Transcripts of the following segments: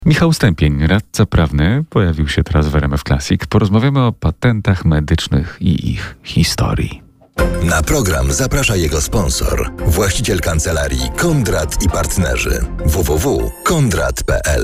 Michał Stępień, radca prawny, pojawił się teraz w RMF Classic. Porozmawiamy o patentach medycznych i ich historii. Na program zaprasza jego sponsor, właściciel kancelarii Kondrat i Partnerzy www.kondrat.pl.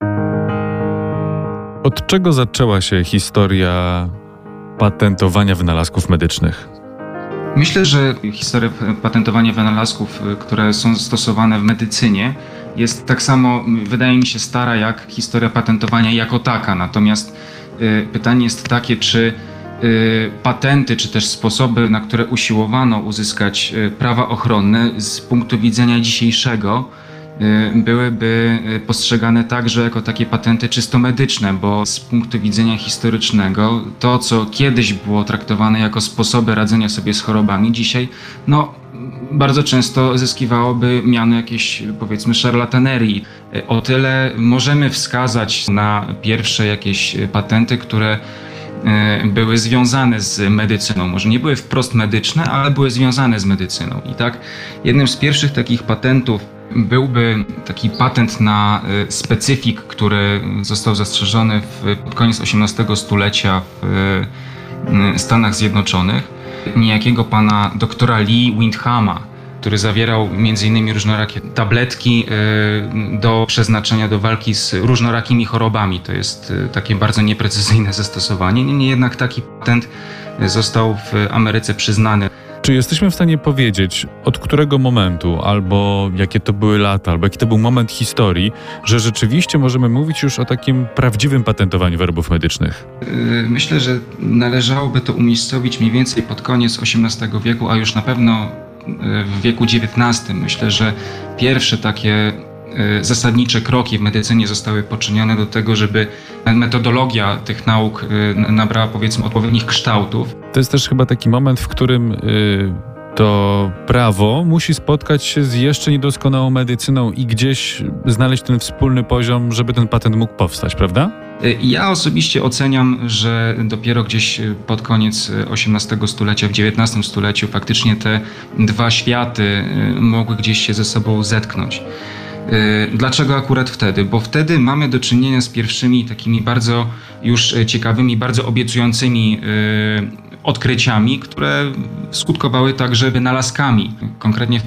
Od czego zaczęła się historia patentowania wynalazków medycznych? Myślę, że historia patentowania wynalazków, które są stosowane w medycynie, jest tak samo, wydaje mi się, stara jak historia patentowania jako taka. Natomiast pytanie jest takie, czy patenty, czy też sposoby, na które usiłowano uzyskać prawa ochronne z punktu widzenia dzisiejszego, byłyby postrzegane także jako takie patenty czysto medyczne, bo z punktu widzenia historycznego to, co kiedyś było traktowane jako sposoby radzenia sobie z chorobami, dzisiaj bardzo często zyskiwałoby miano jakiejś, powiedzmy, szarlatanerii. O tyle możemy wskazać na pierwsze jakieś patenty, które były związane z medycyną. Może nie były wprost medyczne, ale były związane z medycyną. I tak jednym z pierwszych takich patentów byłby taki patent na specyfik, który został zastrzeżony pod koniec XVIII stulecia w Stanach Zjednoczonych, niejakiego pana doktora Lee Windhama, który zawierał m.in. różnorakie tabletki do przeznaczenia do walki z różnorakimi chorobami. To jest takie bardzo nieprecyzyjne zastosowanie. Niemniej jednak taki patent został w Ameryce przyznany. Czy jesteśmy w stanie powiedzieć, od którego momentu, albo jakie to były lata, albo jaki to był moment historii, że rzeczywiście możemy mówić już o takim prawdziwym patentowaniu wyrobów medycznych? Myślę, że należałoby to umiejscowić mniej więcej pod koniec XVIII wieku, a już na pewno w wieku XIX. Myślę, że pierwsze takie zasadnicze kroki w medycynie zostały poczynione do tego, żeby metodologia tych nauk nabrała, powiedzmy, odpowiednich kształtów. To jest też chyba taki moment, w którym to prawo musi spotkać się z jeszcze niedoskonałą medycyną i gdzieś znaleźć ten wspólny poziom, żeby ten patent mógł powstać, prawda? Ja osobiście oceniam, że dopiero gdzieś pod koniec XVIII stulecia, w XIX stuleciu faktycznie te dwa światy mogły gdzieś się ze sobą zetknąć. Dlaczego akurat wtedy? Bo wtedy mamy do czynienia z pierwszymi takimi bardzo już ciekawymi, bardzo obiecującymi odkryciami, które skutkowały także wynalazkami. Konkretnie w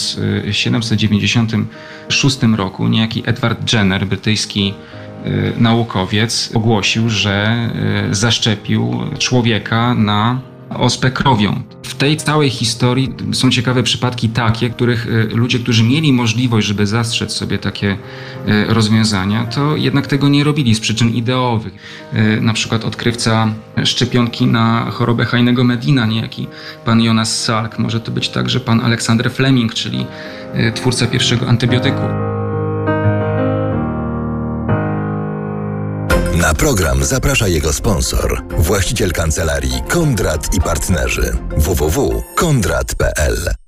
1796 roku niejaki Edward Jenner, brytyjski naukowiec, ogłosił, że zaszczepił człowieka na ospę krowią. W tej całej historii są ciekawe przypadki takie, których ludzie, którzy mieli możliwość, żeby zastrzec sobie takie rozwiązania, to jednak tego nie robili z przyczyn ideowych. Na przykład odkrywca szczepionki na chorobę Heinego Medina, niejaki pan Jonas Salk. Może to być także pan Alexander Fleming, czyli twórca pierwszego antybiotyku. Na program zaprasza jego sponsor, właściciel kancelarii Kondrat i Partnerzy www.kondrat.pl.